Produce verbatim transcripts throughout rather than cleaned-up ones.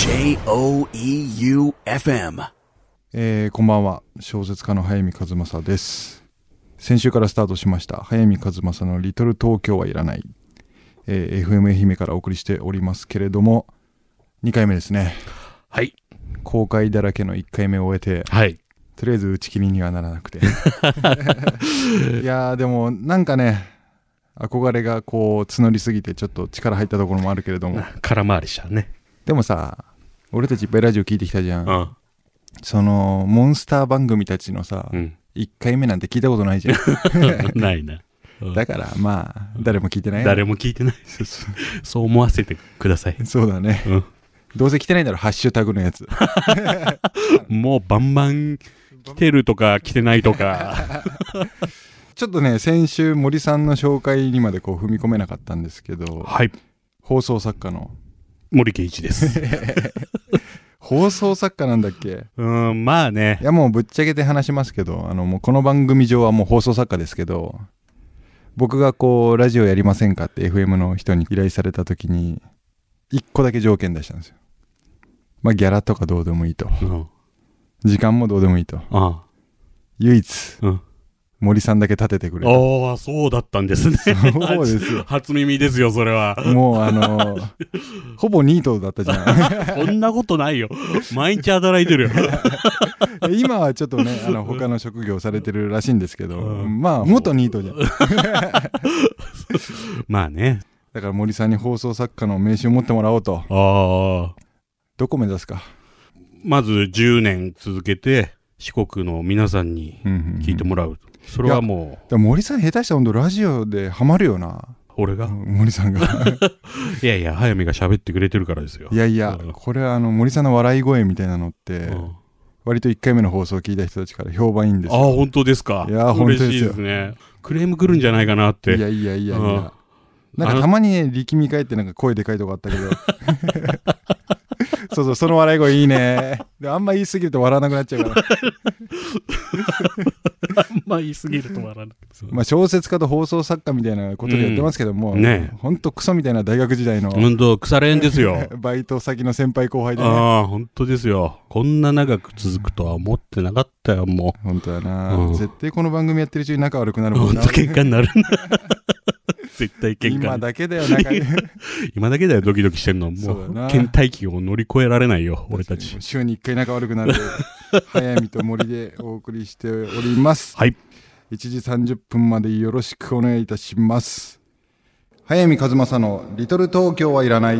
ジェイオーイーユーエフエム、 えー、こんばんは。小説家の早見和正です。先週からスタートしました早見和正のリトル東京はいらない、えー、エフエム 愛媛からお送りしておりますけれども、にかいめですね。 はい。 公開だらけのいっかいめを終えて、 はい。 とりあえず打ち切りにはならなくていやーでもなんかね、憧れがこう募りすぎてちょっと力入ったところもあるけれども、 空回りしちゃうね。 でもさ、俺たちいっぱいラジオ聞いてきたじゃん、 うん、 そのモンスター番組たちのさ、うん、いっかいめなんて聞いたことないじゃんないな、 うん、だからまあ誰も聞いてない誰も聞いてないそう思わせてください。 そうだね、うん、どうせ来てないんだろハッシュタグのやつもうバンバン来てるとか来てないとかちょっとね、先週森さんの紹介にまでこう踏み込めなかったんですけど、 はい、 放送作家の森圭一です放送作家なんだっけ。 うん、まあね。 いやもうぶっちゃけて話しますけど、あのもうこの番組上はもう放送作家ですけど、僕がこうラジオやりませんかって エフエム の人に依頼された時にいっこだけ条件出したんですよ。まあギャラとかどうでもいいと、うん、時間もどうでもいいと、ああ唯一、うん、森さんだけ立ててくれた。 ああ、そうだったんですね。 そうですよ。 初耳ですよ、それは。 もうあのー、ほぼニートだったじゃん。そんなことないよ。毎日働いてるよ。 今はちょっとね、あの他の職業されてるらしいんですけど、うん、まあ元ニートじゃん。 まあね。 だから森さんに放送作家の名刺を持ってもらおうと。ああ。どこ目指すか。 まずじゅうねん続けて四国の皆さんに聞いてもらう。うんうんうん、それはもう森さん下手したら本当ラジオでハマるよな。 俺が森さんがいやいや早見が喋ってくれてるからですよ。 いやいや、うん、これはあの森さんの笑い声みたいなのって、うん、割といっかいめの放送を聞いた人たちから評判いいんですよ。 ああ本当ですか。 いや本当ですよ。 嬉しいですね。クレーム来るんじゃないかなって。 いやいやいやいや、うん、なんかたまにね力み返ってなんか声でかいとこあったけどそうそう、その笑い声いいね。であんま言いすぎると笑わなくなっちゃうからあんま言いすぎると笑わなくなっちゃう。 まあ小説家と放送作家みたいなことでやってますけども、うん、ね、ほんとクソみたいな大学時代のほんと腐れ縁ですよバイト先の先輩後輩でね。 ああほんとですよ。こんな長く続くとは思ってなかったよ。もうほんとやな、うん、絶対この番組やってるうちに仲悪くなるもんな。 ほんと喧嘩になる絶対喧嘩。 今だけだよ仲今だけだよドキドキしてんの。もう倦怠期を乗り越えられないよ俺たち。 週にいっかい仲悪くなる早見と森でお送りしております。 はい、 いちじさんじゅっぷんまでよろしくお願いいたします。早見和正のリトル東京はいらない。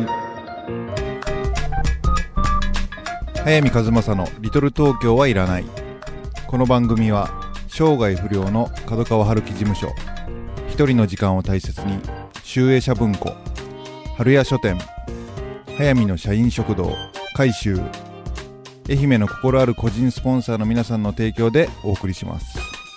早見和正のリトル東京はいらない。この番組は生涯不良の角川春樹事務所、一人の時間を大切に集英社文庫、春屋書店、早見の社員食堂、改修、愛媛の心ある個人スポンサーの皆さんの提供でお送りします。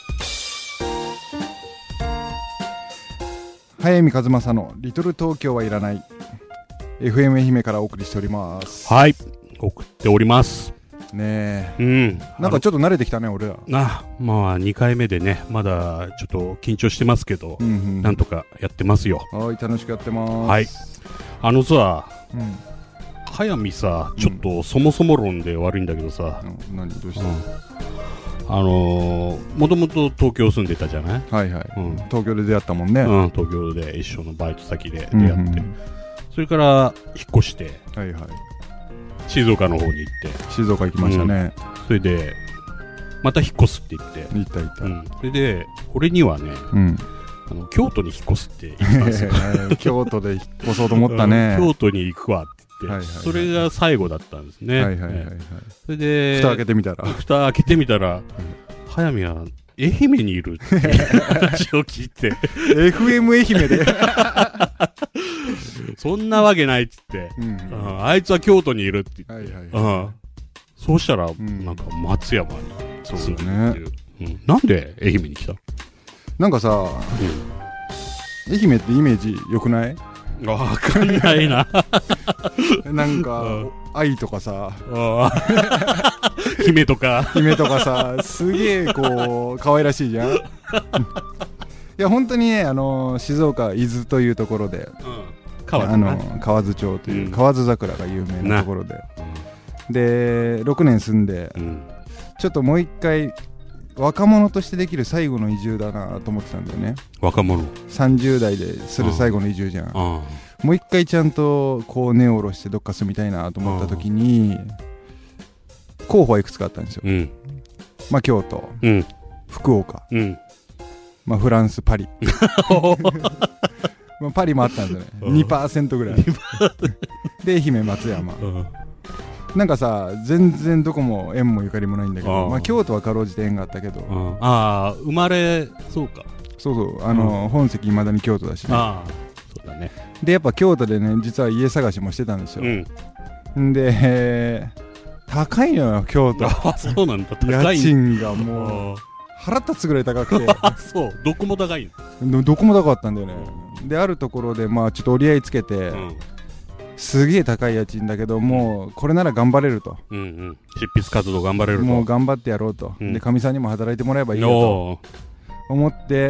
早見和正のリトル東京はいらない、 エフエム 愛媛からお送りしております。 はい、送っておりますねえ、 うん、 なんかちょっと慣れてきたね俺ら。 あ、まあにかいめでね、まだちょっと緊張してますけど、うんうん、なんとかやってますよ。 はい、楽しくやってます。 はい、あのさ、うん、早見さ、ちょっとそもそも論で悪いんだけどさ、 うん、何どうした、うん、 あのー、もともと東京住んでたじゃない。 はいはい、うん、東京で出会ったもんね。 うん、東京で一緒のバイト先で出会って、うんうん、それから引っ越して、はいはい、静岡の方に行って。 静岡行きましたね、 うん、それでまた引っ越すって言って行った行った、 うん、それで俺にはね、うん、あの京都に引っ越すって言ったんですよ京都で引っ越そうと思ったね、 うん、京都に行くわって言って、はいはいはい、それが最後だったんですね。はいはいはいはい、それで蓋開けてみたら蓋開けてみたら、うん、早見は愛媛にいるって話を聞いてエフエム 愛媛でそんなわけないっつって、うんうん、あ, あいつは京都にいるって言って、はいはいはい、うん、そうしたら、うん、なんか松山に住んでるっていう、うん、なんで愛媛に来た？ なんかさ、うん、愛媛ってイメージ良くない？ わかんないななんか、うん、愛とかさ姫とか姫とかさ、すげえこう可愛らしいじゃんいや本当にね、あの静岡伊豆というところで、うん、 河津、 あの河津町という、うん、河津桜が有名なところで、 でろくねん住んで、うん、ちょっともう一回若者としてできる最後の移住だなと思ってたんだよね。 若者さんじゅう代でする最後の移住じゃん。もう一回ちゃんとこう根を下ろしてどっか住みたいなと思った時に候補はいくつかあったんですよ、うん、まあ京都、うん、福岡、うん、まあフランスパリまあパリもあったんですよね。 にパーセント ぐらいで愛媛松山、なんかさ全然どこも縁もゆかりもないんだけど、まあ、京都はかろうじて縁があったけど、 ああ生まれそうかそうそうあの、うん、本籍いまだに京都だしね。あそうだね。 でやっぱ京都でね実は家探しもしてたんですよ、うん、で、えー、高いのよ京都。 あそうなんだ。高い家賃がもう腹立つぐらい高くてそうどこも高いの。どこも高かったんだよね。であるところでまあちょっと折り合いつけて、うん、すげえ高い家賃だけどもうこれなら頑張れると、うんうん、 執筆活動頑張れるともう頑張ってやろうと、うん、でかみさんにも働いてもらえばいいよと思って、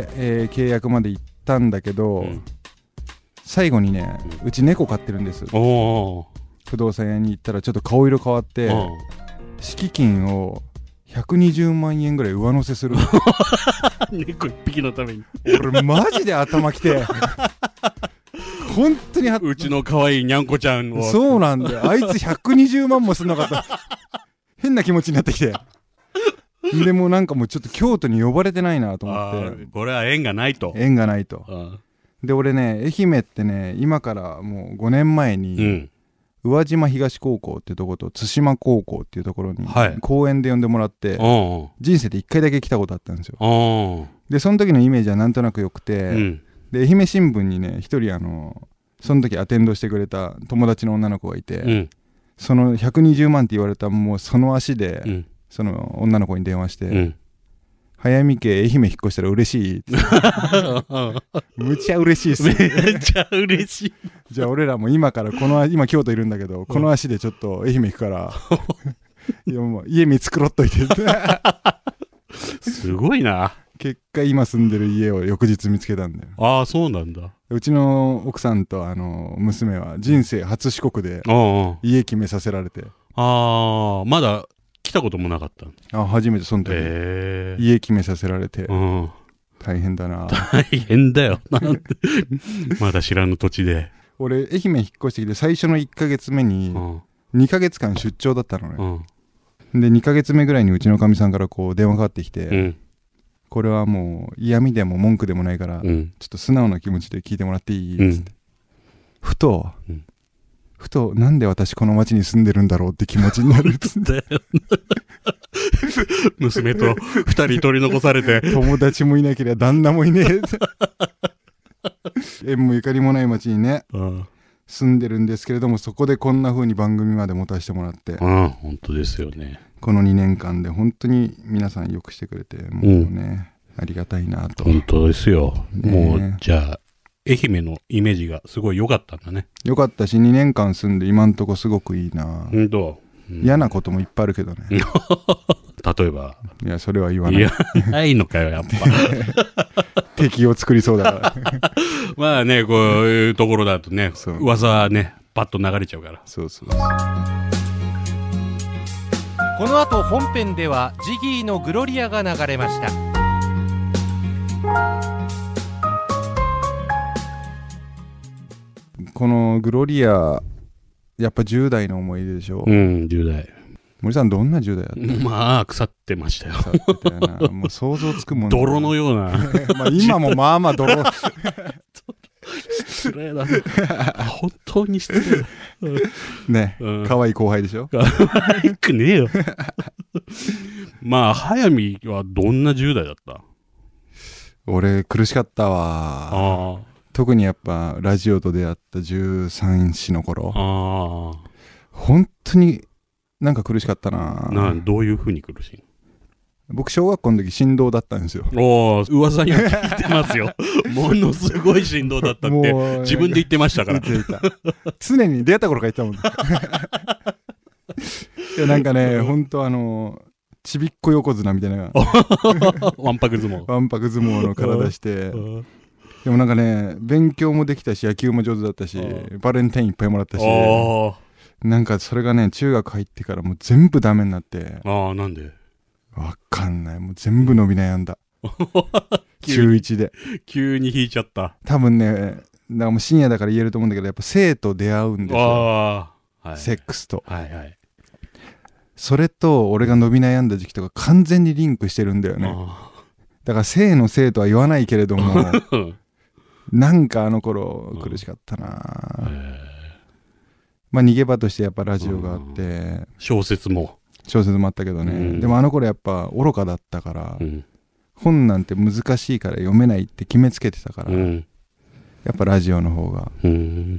えー、契約まで行ったんだけど、うん、最後にね、うん、うち猫飼ってるんです。お不動産屋に行ったらちょっと顔色変わって敷金をひゃくにじゅうまんえんぐらい上乗せする猫一匹のために。 俺マジで頭きて本当にうちの可愛いにゃんこちゃんを。 そうなんだよ。あいつひゃくにじゅうまんもすんなかった変な気持ちになってきてでもなんかもうちょっと京都に呼ばれてないなと思って。 これは縁がないと。 縁がないと。で俺ね愛媛ってね今からもうごねんまえに、うん宇和島東高校っていうところと津島高校っていうところに講演で呼んでもらって、はい、人生でいっかいだけ来たことあったんですよ。でその時のイメージはなんとなく良くて、うん、で愛媛新聞にね一人あのその時アテンドしてくれた友達の女の子がいて、うん、そのひゃくにじゅうまんって言われたもうその足で、うん、その女の子に電話して、うん早見家愛媛引っ越したら嬉しいむちゃ嬉しいっすめちゃ嬉しいじゃあ俺らも今からこの今京都いるんだけどこの足でちょっと愛媛行くからいやもう家見繕っといてすごいな。 結果今住んでる家を翌日見つけたんだよ。 ああそうなんだ。 うちの奥さんとあの娘は人生初四国で家決めさせられて。 ああまだ来たこともなかった。 あ初めてその時、えー、家決めさせられて、うん、大変だな。 大変だよなんてまだ知らぬ土地で。 俺愛媛引っ越してきて最初のいっかげつめににかげつかん出張だったのね、うん、でにかげつめぐらいにうちのかみさんからこう電話かかってきて、うん、これはもう嫌味でも文句でもないから、うん、ちょっと素直な気持ちで聞いてもらっていいっつって、うん、ふと、うんふとなんで私この町に住んでるんだろうって気持ちになるっつって娘とふたり取り残されて友達もいなければ旦那もいねえ縁もゆかりもない町にね、うん、住んでるんですけれどもそこでこんな風に番組まで持たせてもらって、 うん、本当ですよね。 このにねんかんで本当に皆さんよくしてくれてもうね、うん、ありがたいなと。 本当ですよ、ね、もうじゃあ愛媛のイメージがすごい良かったんだね。 良かったしにねんかん住んで今んとこすごくいいな。 うんと、うん、 嫌なこともいっぱいあるけどね例えばいやそれは言わない。いやないのかよやっぱ敵を作りそうだからまあねこういうところだとね噂はねパッと流れちゃうから。 そうそう。 この後本編ではジギーのグロリアが流れました。 このグロリアやっぱじゅう代の思い出でしょ。 うんじゅう代。 森さんどんなじゅう代だった？ まあ腐ってましたよ。 腐ってたよなもう想像つくもん泥のようなまあ今もまあまあ泥失礼だね本当に失礼だね、うん、可愛い後輩でしょ。 可愛くねえよまあ早見はどんなじゅう代だった？ 俺苦しかったわ。あ特にやっぱラジオと出会ったじゅうさんしの頃、あ本当になんか苦しかったな。 などういう風に苦しい？ 僕小学校の時振動だったんですよ。 おー噂には聞いてますよものすごい振動だったって自分で言ってましたから常に出会った頃から言ったもんいやなんかね本当あのちびっこ横綱みたいなわんぱく相撲わんぱく相撲の体してでもなんかね勉強もできたし野球も上手だったしバレンタインいっぱいもらったしなんかそれがね中学入ってからもう全部ダメになって。 ああ、なんで？ わかんない。もう全部伸び悩んだ。中いちで急に引いちゃった。 多分ね、だからもう深夜だから言えると思うんだけど、やっぱ性と出会うんですよ。 あ、はい、 セックスと、 はいはい、 それと俺が伸び悩んだ時期とか完全にリンクしてるんだよね。だから性の性とは言わないけれどもなんかあの頃苦しかったな、うん、まあ逃げ場としてやっぱラジオがあって、うん、 小説も小説もあったけどね、うん、でもあの頃やっぱ愚かだったから、うん、本なんて難しいから読めないって決めつけてたから、うん、やっぱラジオの方が、うん、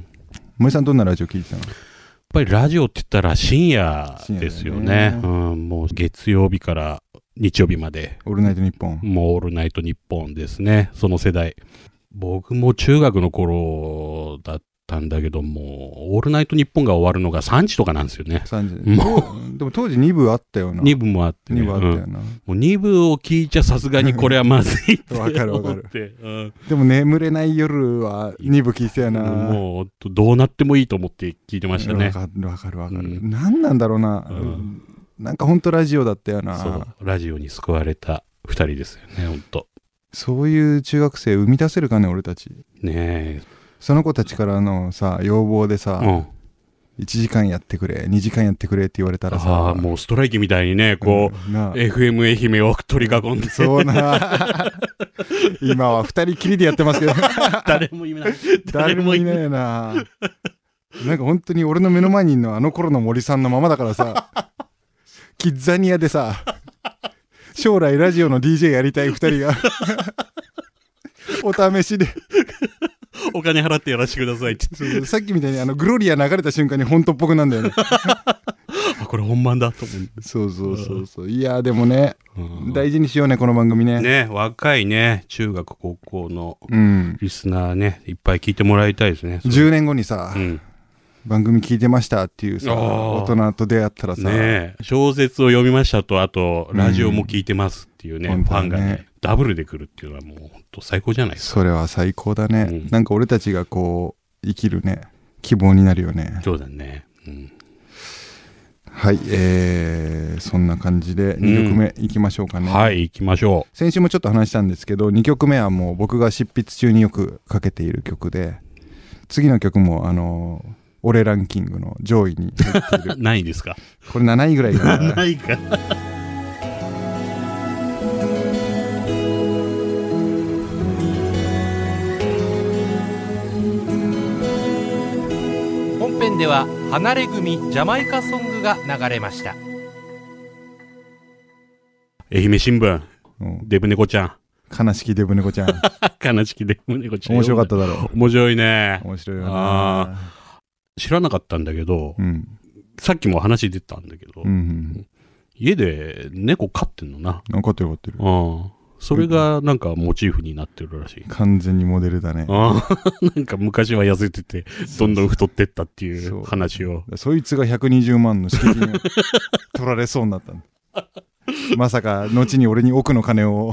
森さんどんなラジオ聞いてたの？ やっぱりラジオって言ったら深夜ですよね。ね、うん、もう月曜日から日曜日までオールナイトニッポン、 もうオールナイトニッポンですね。その世代。僕も中学の頃だったんだけども、オールナイトニッポンが終わるのがさんじとかなんですよね。 さんじもうでも当時に部あったよな。 に部もあって、ね、 に部あったよな、うん、 もうに部を聞いちゃさすがにこれはまずいってわかるわかる、うん、でも眠れない夜はに部聞いてたよな。 もうどうなってもいいと思って聞いてましたね。 わかるわかるわかる、うん、何なんだろうな、うん、なんかほんとラジオだったよな。 そう、ラジオに救われたふたりですよね。ほんとそういう中学生生み出せるかね俺たちね。えその子たちからのさ要望でさ、うん、いちじかんやってくれにじかんやってくれって言われたらさ、 あもうストライキみたいにねこう、うん、エフエム 愛媛を取り囲んでそうな今はふたりきりでやってますけど誰もいない誰もいないよな。なんか本当に俺の目の前にいるのはあの頃の森さんのままだからさキッザニアでさ将来ラジオの ディージェー やりたいふたりがお試しでお金払ってやらせてくださいってさっきみたいにあのグロリア流れた瞬間に本当っぽくなんだよねあこれ本番だと思う。 そうそうそうそう。いやでもね、うん、大事にしようねこの番組ね。 ね若いね中学高校のリスナーね、うん、いっぱい聞いてもらいたいですね。 じゅうねんごにさ、うん番組聞いてましたっていうさ大人と出会ったらさ、 ね、小説を読みましたとあとラジオも聞いてますっていうね、うん、ファンがねダブルで来るっていうのはもう本当最高じゃないですか。 それは最高だね、うん、なんか俺たちがこう生きるね希望になるよね。 そうだね、うん、 はい、えー、そんな感じでにきょくめいきましょうかね、 うん、はい行きましょう。 先週もちょっと話したんですけどにきょくめはもう僕が執筆中によくかけている曲で次の曲もあのー俺ランキングの上位に入っている何位ですか？ これなないぐらいかな。 なないか本編では離れ組ジャマイカソングが流れました。 愛媛新聞、うん、デブ猫ちゃん悲しきデブ猫ちゃん悲しきデブ猫ちゃん面白かっただろう。 面白いね。 面白いよな。 知らなかったんだけど、うん、さっきも話出たんだけど、うんうん、家で猫飼ってんのな。 飼ってる飼ってる。 あそれがなんかモチーフになってるらしい。 完全にモデルだね。 あなんか昔は痩せててどんどん太ってったっていう話を。 そ, そいつがひゃくにじゅうまんの資金を取られそうになったんだまさか後に俺に億の金を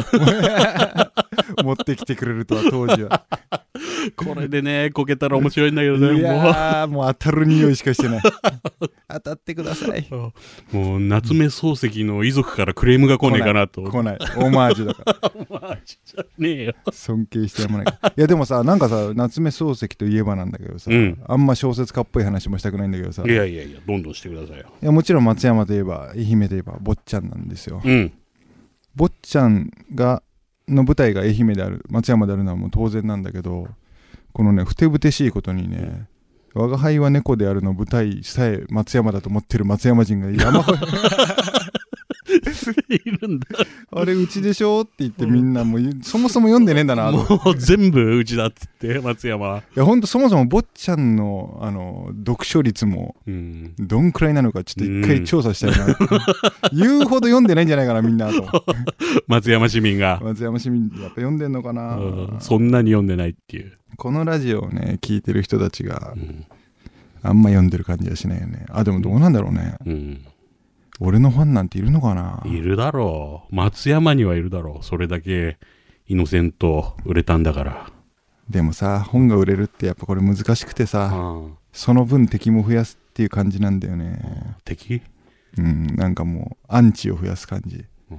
持ってきてくれるとは当時はこれでねこけたら面白いんだけどね。 いやもう当たる匂いしかしてない当たってください。 もう夏目漱石の遺族からクレームが来ねえかなと。 来ない来ないオマージュだからオマージュじゃねえよ。 尊敬してやまないいやでもさなんかさ夏目漱石といえばなんだけどさ、うん、あんま小説家っぽい話もしたくないんだけどさ。 いやいやいやどんどんしてくださいよ。 いやもちろん松山といえば愛媛といえば坊ちゃんなんですよ、うん、坊ちゃんがの舞台が愛媛である松山であるのはもう当然なんだけどこのねふてぶてしいことにね我が輩は猫であるの舞台さえ松山だと思ってる松山人が山ほどいるんだ。 あれうちでしょって言ってみんなもうそもそも読んでねえんだな。 もう全部うちだって言って松山。いやほんとそもそも坊ちゃんのあの読書率もどんくらいなのかちょっと一回調査したいな、うん、言うほど読んでないんじゃないかなみんなと松山市民が松山市民やっぱ読んでんのかな、うん、 そんなに読んでないっていう。 このラジオをね聞いてる人たちが、うん、あんま読んでる感じはしないよね。あでもどうなんだろうね、うん俺のファンなんているのかな。 いるだろう松山にはいるだろう。それだけイノセント売れたんだから。 でもさ本が売れるってやっぱこれ難しくてさ、うん、その分敵も増やすっっていう感じなんだよね。 敵？ うん、なんかもうアンチを増やす感じ。 うん、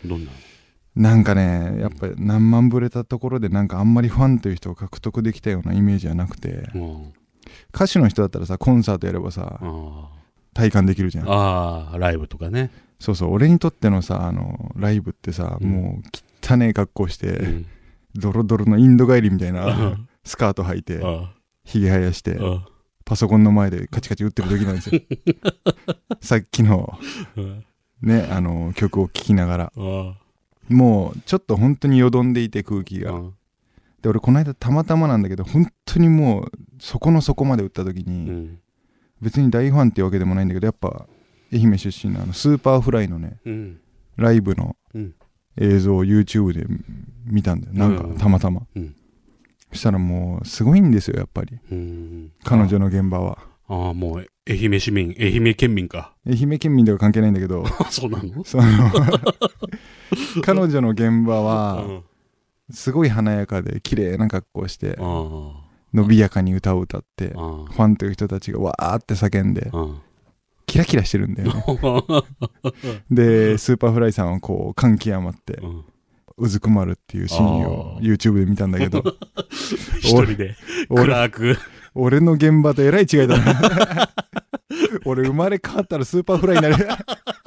どんな？ なんかね、やっぱり何万ぶれたところでなんかあんまりファンという人を獲得できたようなイメージはなくて、うん、歌手の人だったらさ、コンサートやればさ、体感できるじゃん。 ああ、ライブとかね。 そうそう、俺にとってのさ、あのライブってさ、うん、もう汚ねえ格好して、うん、ドロドロのインド帰りみたいなスカート履いて、ひげ生やして、パソコンの前でカチカチ打ってる時なんですよ。さっきのね、あの曲を聴きながら。もうちょっと本当によどんでいて空気が、うん、で俺この間たまたまなんだけど本当にもうそこの底まで打った時に、うん、別に大ファンっていうわけでもないんだけどやっぱ愛媛出身のあのスーパーフライのね、うん、ライブの映像を YouTube で見たんだよ、なんかたまたま、うん、そしたらもうすごいんですよやっぱり、うん、彼女の現場は。 ああ、もう愛媛市民、愛媛県民か。 愛媛県民では関係ないんだけどそうなの？ その彼女の現場はすごい華やかで綺麗な格好して伸びやかに歌を歌ってファンという人たちがわーって叫んでキラキラしてるんだよねでスーパーフライさんはこう感極まってうずくまるっていうシーンを YouTube で見たんだけど一人で暗く俺の現場とえらい違いだね俺生まれ変わったらスーパーフライになる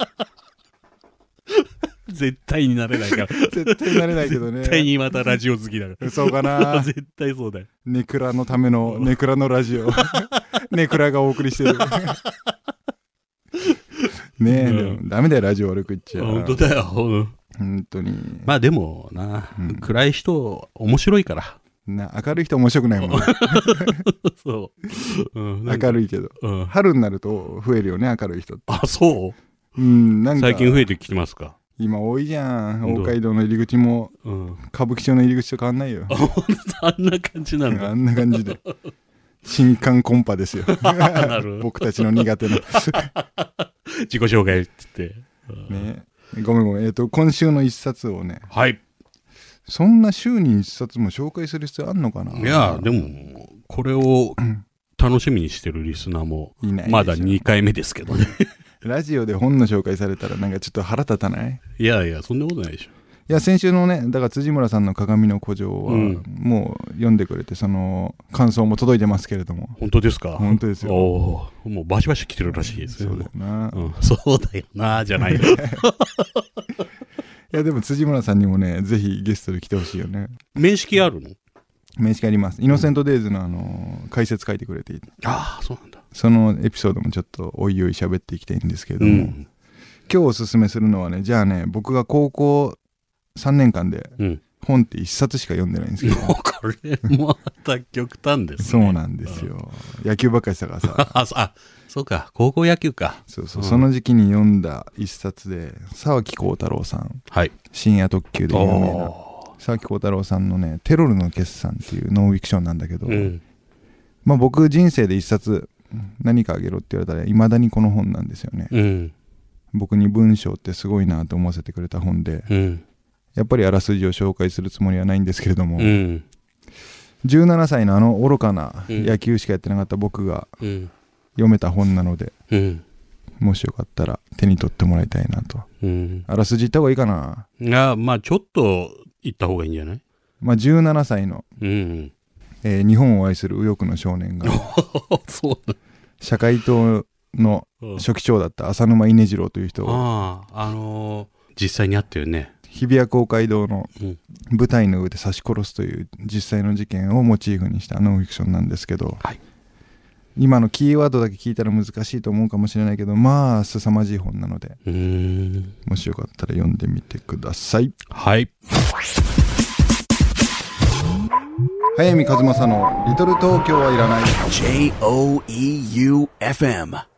絶対になれないから絶対なれないけどね。 絶対にまたラジオ好きだからそうかな絶対そうだよ。 ネクラのためのネクラのラジオネクラがお送りしてるねえ、うん、でもダメだよラジオ悪く言っちゃう。 本当だよ本当に。 まあでもな、うん、暗い人面白いからな。明るい人面白くないもんそう、 うん、明るいけど、うん、春になると増えるよね明るい人って。 あ、そう、 うん、なんか最近増えてきてますか？ 今多いじゃん。大街道の入り口も、うん、歌舞伎町の入り口と変わんないよ。 あんな感じなんだ。 あんな感じで新刊コンパですよなる僕たちの苦手な自己紹介って言ってね。ごめんごめん、えーと今週の一冊をね。 はい。 そんな週に一冊も紹介する必要あんのかな。 いやでもこれを楽しみにしてるリスナーもまだにかいめですけどねラジオで本の紹介されたらなんかちょっと腹立たない？ いやいやそんなことないでしょ。 いや先週のねだから辻村さんの鏡の古城はもう読んでくれて、その感想も届いてますけれども。 本当ですか？ 本当ですよ。 おお、もうバシバシ来てるらしいですよ。 そうだよな、 うん、そうだよなじゃないよいやでも辻村さんにもねぜひゲストで来てほしいよね。 面識あるの？ 面識あります。イノセントデイズのあの解説書いてくれていて、 ああそうなんだ。 そのエピソードもちょっとおいおい喋っていきたいんですけれども、うん、今日おすすめするのはね、じゃあね僕が高校さんねんかんで本って一冊しか読んでないんですけど、 うん、これまた極端ですね。 そうなんですよ、うん、野球ばっかりしたからさあ, あそうか高校野球か。 そうそう、うん、その時期に読んだ一冊で沢木耕太郎さん、はい、深夜特急で有名な沢木耕太郎さんのねテロルの決算っていうノンフィクションなんだけど、うん、まあ僕人生で一冊何かあげろって言われたらいまだにこの本なんですよね、うん、僕に文章ってすごいなと思わせてくれた本で、うん、やっぱりあらすじを紹介するつもりはないんですけれども、うん、じゅうななさいのあの愚かな野球しかやってなかった僕が読めた本なので、うん、もしよかったら手に取ってもらいたいなと、うん、あらすじ言った方がいいかな。 いやまあちょっと言った方がいいんじゃない。 まあじゅうななさいの、うんえー、日本を愛する右翼の少年がそう社会党の書記長だった浅沼稲次郎という人を、 ああ、あのー、実際にあったよね。 日比谷公会堂の舞台の上で刺し殺すという実際の事件をモチーフにしたノンフィクションなんですけど、はい、今のキーワードだけ聞いたら難しいと思うかもしれないけど、まあ凄まじい本なので、うーんもしよかったら読んでみてください。 はい。 早見和正のリトル東京はいらないジェイオーイーユーエフエム